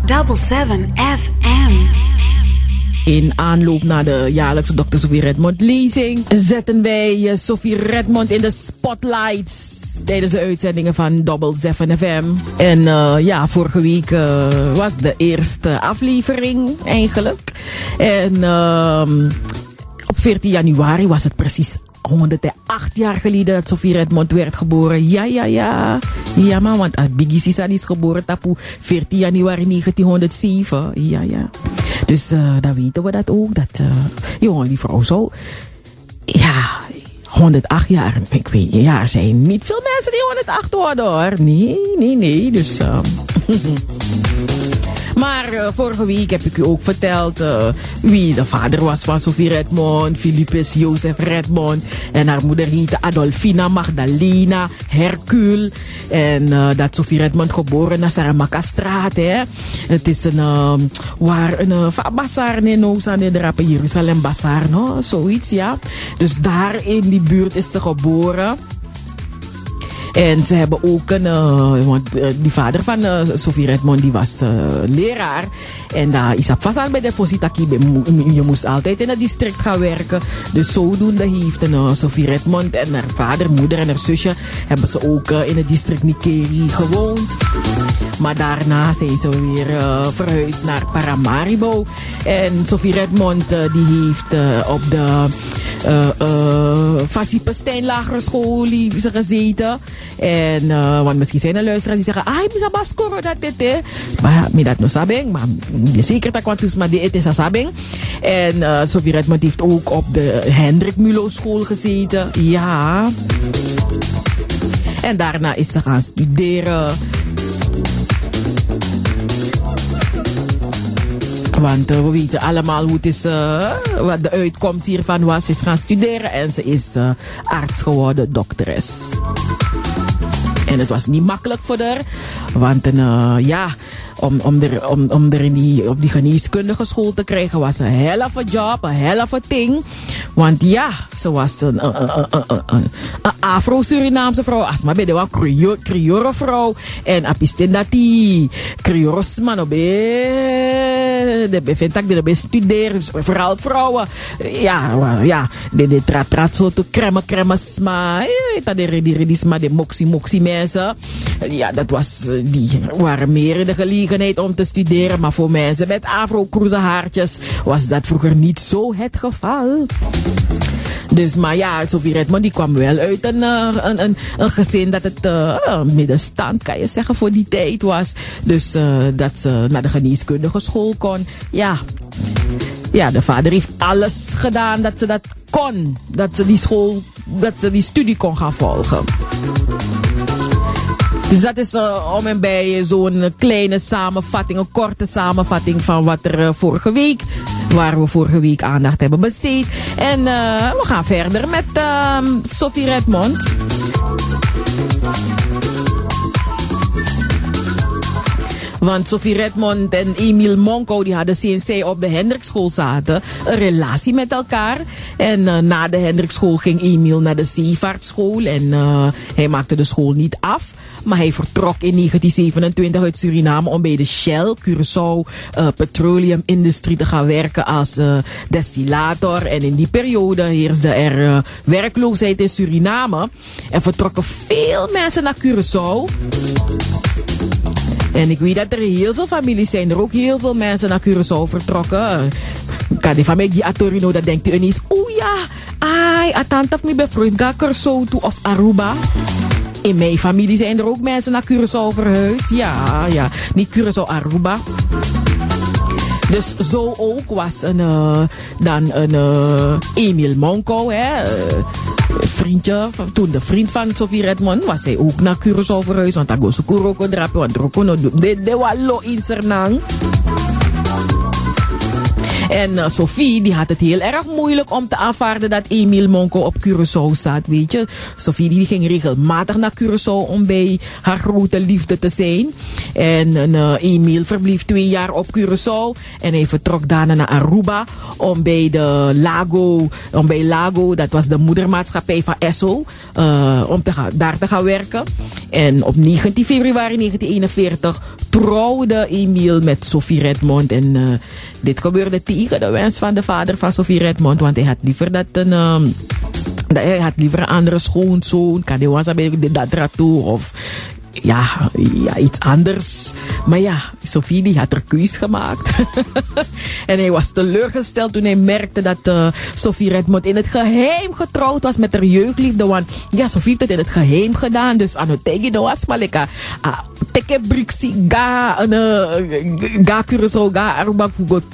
106.7 FM. In aanloop naar de jaarlijkse Dr. Sofie Redmond lezing zetten wij Sofie Redmond in de spotlights tijdens de uitzendingen van Double 7 FM. En vorige week was de eerste aflevering eigenlijk. En op 14 januari was het precies 108 jaar geleden dat Sofie Redmond werd geboren. Ja, maar want Biggie Sisa is geboren op 14 januari 1907. Ja. Dus dan weten we dat ook. Dat jongen, die vrouw zo. Ja, 108 jaar. Ik weet niet, ja, er zijn niet veel mensen die 108 worden hoor. Nee. Dus maar vorige week heb ik u ook verteld wie de vader was van Sofie Redmond. Philippus Jozef Redmond. En haar moeder heette Adolfina Magdalena Hercule. En dat Sofie Redmond geboren in Saramakastraat. Het is een bazaar in Jeruzalem bazaar, no? Zoiets, ja. Dus daar in die buurt is ze geboren. En ze hebben ook want die vader van Sofie Redmond die was leraar. En daar is op vast aan bij de Fositaki. Je moest altijd in het district gaan werken. Dus zodoende heeft Sofie Redmond en haar vader, moeder en haar zusje hebben ze ook in het district Nikeri gewoond. Maar daarna zijn ze weer verhuisd naar Paramaribo. En Sofie Redmond die heeft op de Fasipestein lagere school ze gezeten. En want misschien zijn er luisteraars die zeggen, bisa baskoro dat dit. Maar mij dat nog sabing, maar zeker dat kwantus maar dit is sabing. En Sofie Redmond heeft ook op de Hendrik Mulo school gezeten. Ja. En daarna is ze gaan studeren. Want we weten allemaal hoe het is, wat de uitkomst hiervan was. Ze is gaan studeren en ze is arts geworden, dokteres. En het was niet makkelijk voor haar. Want om er op die geneeskundige school te krijgen was een hell of a job, een hell of a thing. Want ja, ze was een Afro-Surinaamse vrouw. Asma bij de wel Creole vrouw. En apistin dat die Creoles man op de vind ik de best studeren. Vooral vrouwen. Ja. De traat zo te kremmen sma. Dat de moxie mensen. Ja, dat was, die waren meer in de gelegenheid om te studeren. Maar voor mensen met afro-kroeze haartjes was dat vroeger niet zo het geval. Dus, maar ja, Sofie Redmond die kwam wel uit een gezin dat het middenstand, kan je zeggen, voor die tijd was. Dus dat ze naar de geneeskundige school kon. Ja, de vader heeft alles gedaan dat ze dat kon. Dat ze die studie kon gaan volgen. Dus dat is om en bij zo'n kleine samenvatting, een korte samenvatting van wat er waar we vorige week aandacht hebben besteed. En we gaan verder met Sofie Redmond. Want Sofie Redmond en Emile Monco die hadden sinds zij op de Hendrikschool zaten een relatie met elkaar. En na de Hendrikschool ging Emile naar de zeevaartschool en hij maakte de school niet af. Maar hij vertrok in 1927 uit Suriname om bij de Shell Curaçao Petroleum Industry te gaan werken als destillator. En in die periode heersde er werkloosheid in Suriname. Er vertrokken veel mensen naar Curaçao. En ik weet dat er heel veel families zijn. Er ook heel veel mensen naar Curaçao vertrokken. Kan die familie die Atorino, dat denkt u ineens. Oeh ja, atantaf me bij Freusga Curaçao toe of Aruba. In mijn familie zijn er ook mensen naar Curaçao verhuisd. Ja. Niet Curaçao, Aruba. Dus zo ook was dan een Emile Monco, vriendje, toen de vriend van Sofie Redmond, was hij ook naar Curaçao verhuisd. Want daar go ze kuroko drapen, want roko no de wallo in Sernang. En Sophie, die had het heel erg moeilijk om te aanvaarden dat Emile Monko op Curaçao zat, weet je. Sophie die ging regelmatig naar Curaçao om bij haar grote liefde te zijn. En Emile verbleef 2 jaar op Curaçao. En hij vertrok daarna naar Aruba om bij Lago, dat was de moedermaatschappij van Esso, om daar te gaan werken. En op 19 februari 1941 trouwde Emile met Sophie Redmond. En dit gebeurde tegen de wens van de vader van Sophie Redmond, want hij had liever hij had liever een andere schoonzoon, Kadewaza bij de Dadratour of ja, iets anders. Maar ja, Sophie die had er keus gemaakt. En hij was teleurgesteld toen hij merkte dat Sophie Redmond in het geheim getrouwd was met haar jeugdliefde. Want ja, Sophie heeft het in het geheim gedaan. Dus aan het was maar lekker. Teke brixie ga Curaçao ga Aruba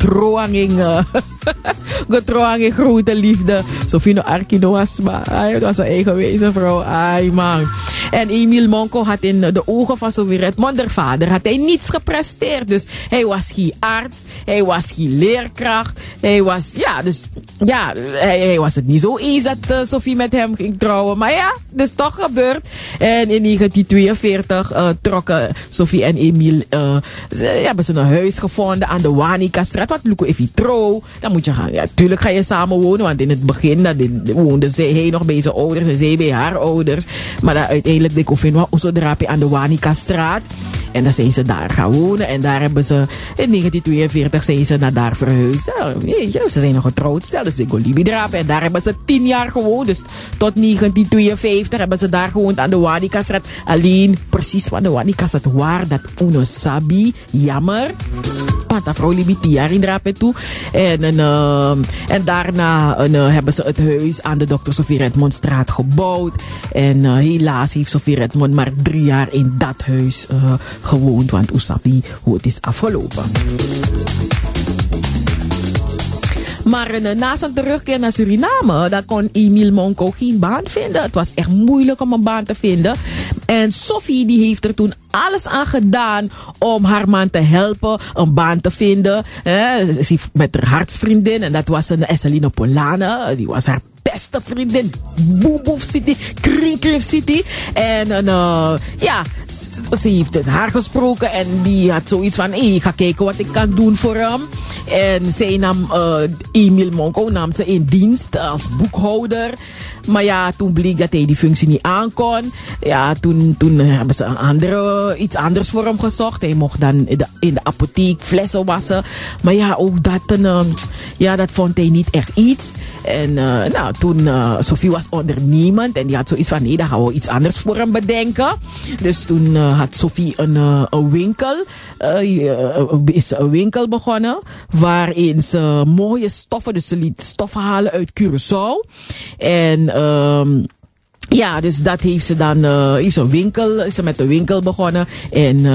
getrouwing grote liefde. Sophie no Arkino was maar. Het was een eigenwijze vrouw. Ai man. En Emile Monko had in de ogen van Sophie Redmond, haar vader, had hij niets gepresteerd. Dus hij was geen arts, hij was geen leerkracht. Hij was, hij was het niet zo eens dat Sophie met hem ging trouwen. Maar ja, dat is toch gebeurd. En in 1942 trokken Sophie en Emile, hebben ze een huis gevonden aan de Wanika-straat. Wat Luco even trouw, dan moet je gaan. Ja, tuurlijk ga je samen wonen, want in het begin woonde hij nog bij zijn ouders en zij bij haar ouders. Maar uiteindelijk de Kofinwa Ozodrapi aan de Wanika-straat. En dan zijn ze daar gaan wonen. En daar hebben ze in 1942 zijn ze naar daar verhuisd. Ja, ze zijn nog getrouwd stel. Dus de Golibidrapi. En daar hebben ze 10 jaar gewoond. Dus tot 1952 hebben ze daar gewoond aan de Wanika-straat. Alleen precies van de Wanika-straat waar dat Uno Sabi. Jammer. Want dat vrouw liep 10 jaar in Drape toe. En daarna hebben ze het huis aan de Dr. Sophie Redmondstraat gebouwd. En helaas heeft Sophie Redmond maar 3 jaar in dat huis gewoond. Want Usabi, hoe het is afgelopen. Maar na zijn terugkeer naar Suriname, dat kon Emile Monko geen baan vinden. Het was echt moeilijk om een baan te vinden. En Sophie die heeft er toen alles aan gedaan om haar man te helpen een baan te vinden. Ze heeft met haar hartsvriendin, en dat was een Esselino Polana. Die was haar beste vriendin. Boeboef City, Krinkliff City. En ze heeft met haar gesproken en die had zoiets van, ik ga kijken wat ik kan doen voor hem. En zij nam Emile Monko ze in dienst als boekhouder. Maar ja, toen bleek dat hij die functie niet aankon. Ja, toen hebben ze iets anders voor hem gezocht. Hij mocht dan in de apotheek flessen wassen. Maar ja, ook dat vond hij niet echt iets. En toen Sophie was ondernemend en die had zoiets van, nee, dan gaan we iets anders voor hem bedenken. Dus toen had Sophie een winkel. Is een winkel begonnen waarin ze mooie stoffen, dus ze liet stoffen halen uit Curaçao. En dus dat heeft ze dan, is ze met een winkel begonnen. En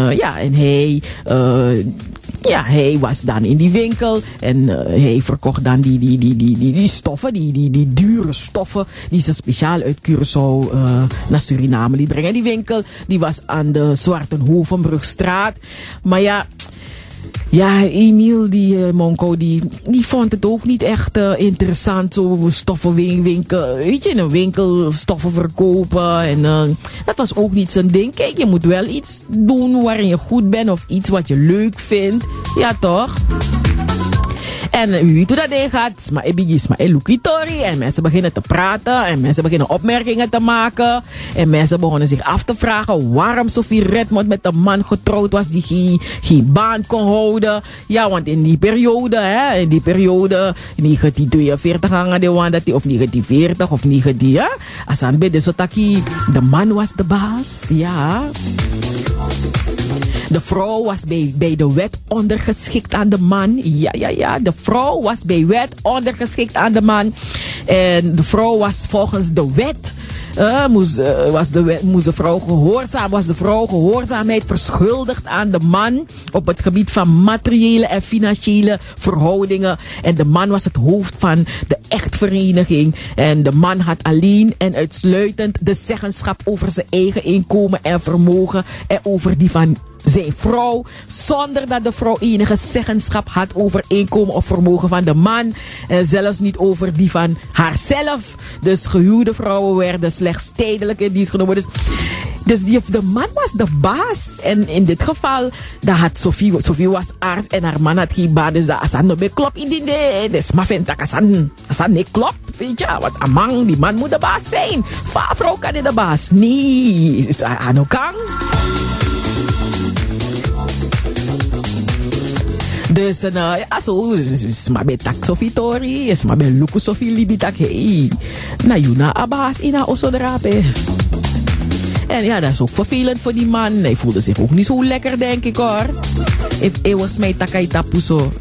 hij was dan in die winkel en hij verkocht dan die stoffen, die dure stoffen die ze speciaal uit Curaçao naar Suriname liet brengen. Die winkel die was aan de Zwartenhovenbrugstraat. Maar ja, Emile, die Monko, die vond het ook niet echt interessant, zo stoffenwinkel, weet je, in een winkel stoffen verkopen. En dat was ook niet zijn ding. Kijk, je moet wel iets doen waarin je goed bent of iets wat je leuk vindt. Ja, toch? En u weet hoe dat ding gaat. Maar Lukitori. En mensen beginnen te praten. En mensen beginnen opmerkingen te maken. En mensen begonnen zich af te vragen waarom Sophie Redmond met een man getrouwd was die geen baan kon houden. Ja, want in die periode, in 1942 hangen de wan dat die, of 1940 of 19, als aan bidden zo taki, de man was de baas. Ja. De vrouw was bij de wet ondergeschikt aan de man. Ja. De vrouw was bij wet ondergeschikt aan de man. En de vrouw was volgens de wet. Was de vrouw gehoorzaamheid verschuldigd aan de man op het gebied van materiële en financiële verhoudingen. En de man was het hoofd van de echtvereniging. En de man had alleen en uitsluitend de zeggenschap over zijn eigen inkomen en vermogen en over die van zijn vrouw, zonder dat de vrouw enige zeggenschap had over inkomen of vermogen van de man en zelfs niet over die van haarzelf. Dus gehuwde vrouwen werden slechts tijdelijk in dienst genomen. Dus de man was de baas. En in dit geval, dat had Sophie was arts en haar man had geen baan. Dus dat als dat niet klopt in die day. Dus maar vindt dat als dat niet klopt, weet je. Want amang, die man moet de baas zijn. Vrouw kan niet de baas. Nee, is dat aan elkaar. Dus ja, zo is maar bij tak Sophie Tori, is maar bij Luku Sophie Libitak. Hey, na Juna Abbas ina oso drape. En ja, dat is ook vervelend voor die man. Hij voelde zich ook niet zo lekker, denk ik hoor. It was mij takai tapu zo.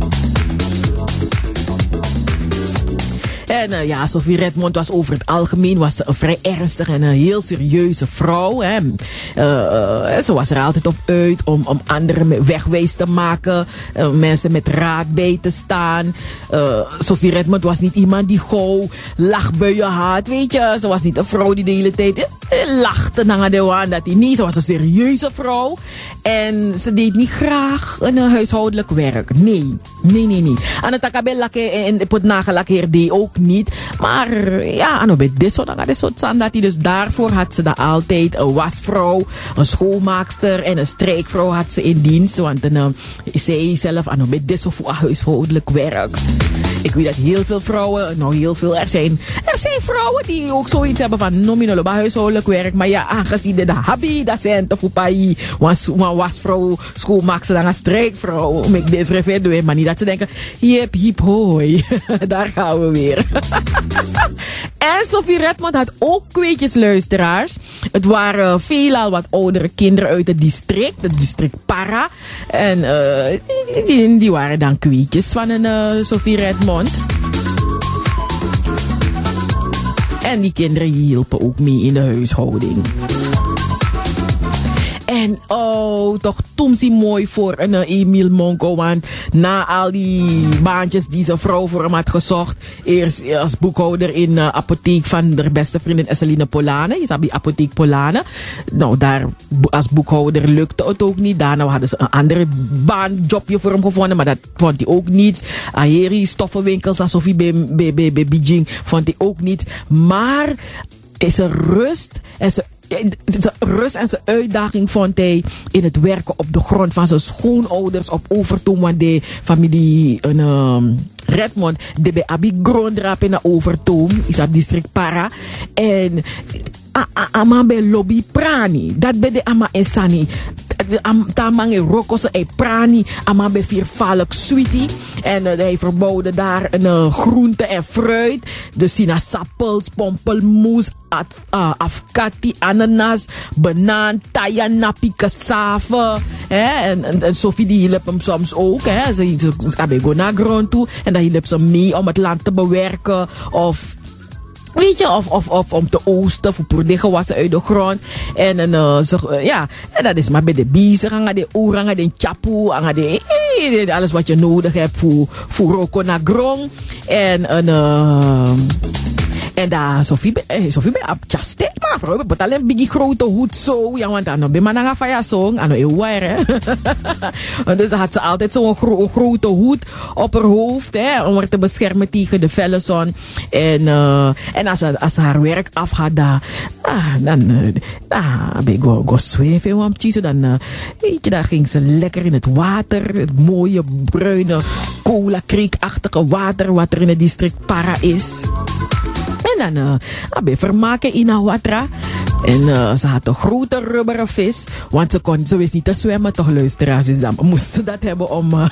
En ja, Sophie Redmond was over het algemeen was een vrij ernstige en een heel serieuze vrouw. Hè. Ze was er altijd op uit om anderen wegwijs te maken. Mensen met raad bij te staan. Sophie Redmond was niet iemand die gauw lachbuien had, weet je. Ze was niet een vrouw die de hele tijd lachte naar de waan dat hij niet. Ze was een serieuze vrouw. En ze deed niet graag een huishoudelijk werk. Nee. Aan het takabellake en het nagelakkeer deed ook niet. Maar ja, aan bij dit soort dat hij dus daarvoor had ze dat altijd een wasvrouw, een schoonmaakster en een strijkvrouw had ze in dienst. Want zij zelf aan bij dit soort huishoudelijk werk. Ik weet dat heel veel vrouwen, er zijn vrouwen die ook zoiets hebben van nominale huishoudelijk werk. Maar ja, aangezien de hobby, dat zijn te voepai, wasvrouw, schoonmaakster en een strijkvrouw. Met deze referendum, maar niet dat ze denken, hip hoi, daar gaan we weer. En Sophie Redmond had ook kweetjesluisteraars. Het waren veelal wat oudere kinderen uit het district Para. En die waren dan kweetjes van een Sophie Redmond. En die kinderen hielpen ook mee in de huishouding. En toch Tomsie mooi voor een Emile Monko. Want na al die baantjes die zijn vrouw voor hem had gezocht. Eerst als boekhouder in de apotheek van de beste vriendin Esseline Polane. Je zag die apotheek Polane. Nou, daar als boekhouder lukte het ook niet. Daarna hadden ze een andere baanjobje voor hem gevonden. Maar dat vond hij ook niet. Aheri stoffenwinkels als Sophie bij Beijing vond hij ook niet. Maar is er rust en zijn uitdaging vond hij in het werken op de grond van zijn schoonouders op Overtoom. Want de familie Redmond, die bij Abi gronddrap in Overtoom, is dat district Para. En ama bij lobby prani, dat bij de ama insani. Tamang rokos e prani, ama bij viervalk sweetie. En hij verbouwde daar een groente en fruit. De sinaasappels, pompelmoes, afkati, ananas, banaan, tayanapi, cassave. En Sophie die hielp hem soms ook. Ze gaan naar grond toe en dan hielp ze mee om het land te bewerken. Of weet je, of om te oosten, voor producten was uit de grond. En dat is maar bij de biezen, gaan de oren, de chapu, alles wat je nodig hebt voor roko naar grond. En daar Sophie bij op chaste, maar vrouw, we hebben alleen biggie grote hoed zo, ja, want dan ben maar faya song, aan een wire. En dus had ze altijd zo'n grote hoed op haar hoofd, om haar te beschermen tegen de felle zon. En als ze haar werk af had, dan ben ik go zweven, dan weet je, daar ging ze lekker in het water, het mooie bruine cola creek-achtige water wat er in het district Para is. En dan vermaken in Awatra. En ze had een grote rubberen vis. Want ze wist niet te zwemmen, toch luisteraars. Dus dan moest ze dat hebben om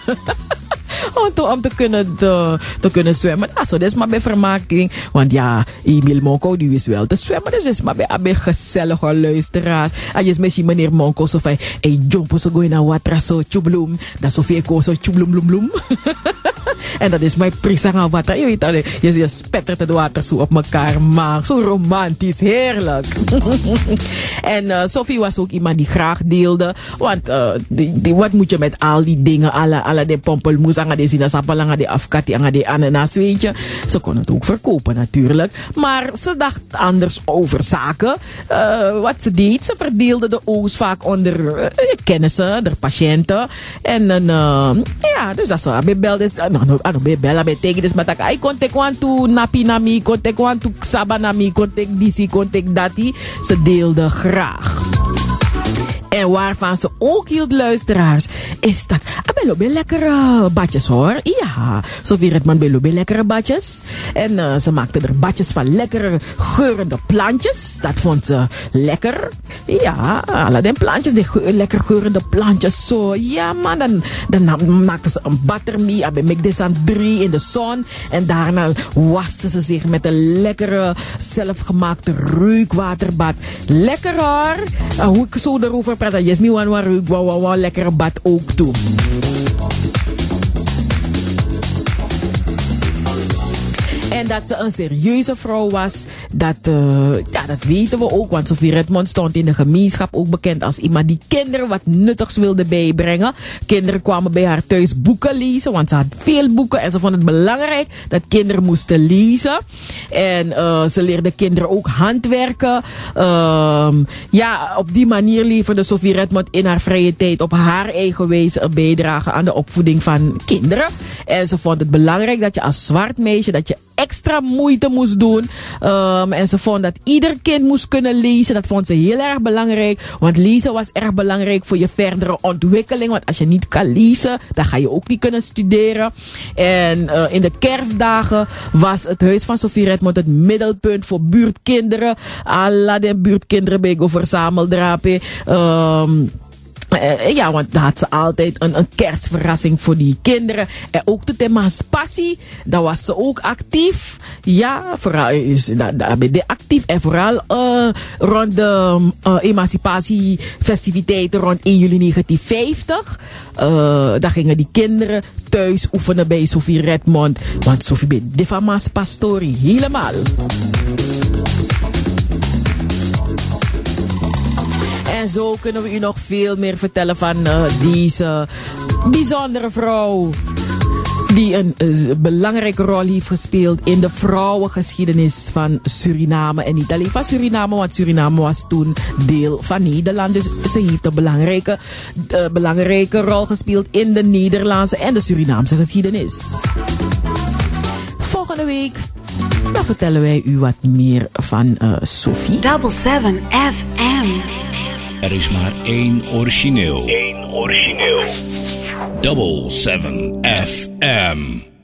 te kunnen zwemmen. Zo, dat is maar bij vermaking. Want ja, Emile Monko die wist wel te zwemmen. Dus dat is maar bij gezellige luisteraars. En je is misschien meneer Monko zo van, hey, jump zo go in Awatra zo tjubloem. Dat is zoveel ko zo tjubloem bloem bloem. En dat is mijn prisanga water. Je weet al, je spettert het water zo op elkaar. Maar zo romantisch, heerlijk. En Sophie was ook iemand die graag deelde. Want wat moet je met al die dingen, alle de pompelmoes, anga de sinaasappel, anga de afkati, anga de ananas, weet je. Ze kon het ook verkopen natuurlijk. Maar ze dacht anders over zaken. Wat ze deed, ze verdeelde de oogst vaak onder kennissen, de patiënten. En ja, dus dat zo. Bebel dus, bebel, beteken dus, maar ik kon tekwantu napi nami, kon tekwantu xabanami, kon tek disi, kon tek dati. Ze deelde graag. En waarvan ze ook hield, luisteraars, is dat belobe lekkere badjes hoor. Ja, Sophie Redmond belobe lekkere badjes. En ze maakte er badjes van lekkere geurende plantjes. Dat vond ze lekker. Ja, alle die plantjes, die lekker geurende plantjes. Zo, ja man, dan maakte ze een buttermie. Abbe make this aan 3 in de zon. En daarna waste ze zich met een lekkere zelfgemaakte reukwaterbad. Lekker hoor. Hoe ik zo erover praat, dat is niet waar reuk, wauw, lekkere bad ook toe. En dat ze een serieuze vrouw was, dat weten we ook. Want Sophie Redmond stond in de gemeenschap ook bekend als iemand die kinderen wat nuttigs wilde bijbrengen. Kinderen kwamen bij haar thuis boeken lezen, want ze had veel boeken. En ze vond het belangrijk dat kinderen moesten lezen. En ze leerde kinderen ook handwerken. Ja, op die manier leverde Sophie Redmond in haar vrije tijd op haar eigen wijze een bijdrage aan de opvoeding van kinderen. En ze vond het belangrijk dat je als zwart meisje, dat je extra moeite moest doen. En ze vond dat ieder kind moest kunnen lezen. Dat vond ze heel erg belangrijk. Want lezen was erg belangrijk voor je verdere ontwikkeling. Want als je niet kan lezen, dan ga je ook niet kunnen studeren. En in de kerstdagen was het huis van Sophie Redmond het middelpunt voor buurtkinderen. Alla de buurtkinderen bij go verzameldrapen. Ja, want daar had ze altijd een kerstverrassing voor die kinderen. En ook de emancipatie, daar was ze ook actief. Ja, vooral is daar actief. En vooral rond de emancipatiefestiviteiten rond 1 juli 1950. Daar gingen die kinderen thuis oefenen bij Sophie Redmond. Want Sophie bij de fameuze pastorie helemaal. En zo kunnen we u nog veel meer vertellen van deze bijzondere vrouw. Die een belangrijke rol heeft gespeeld in de vrouwengeschiedenis van Suriname. En niet alleen van Suriname, want Suriname was toen deel van Nederland. Dus ze heeft een belangrijke rol gespeeld in de Nederlandse en de Surinaamse geschiedenis. Volgende week dan vertellen wij u wat meer van Sophie. 77 FM. Er is maar één origineel. 77 FM.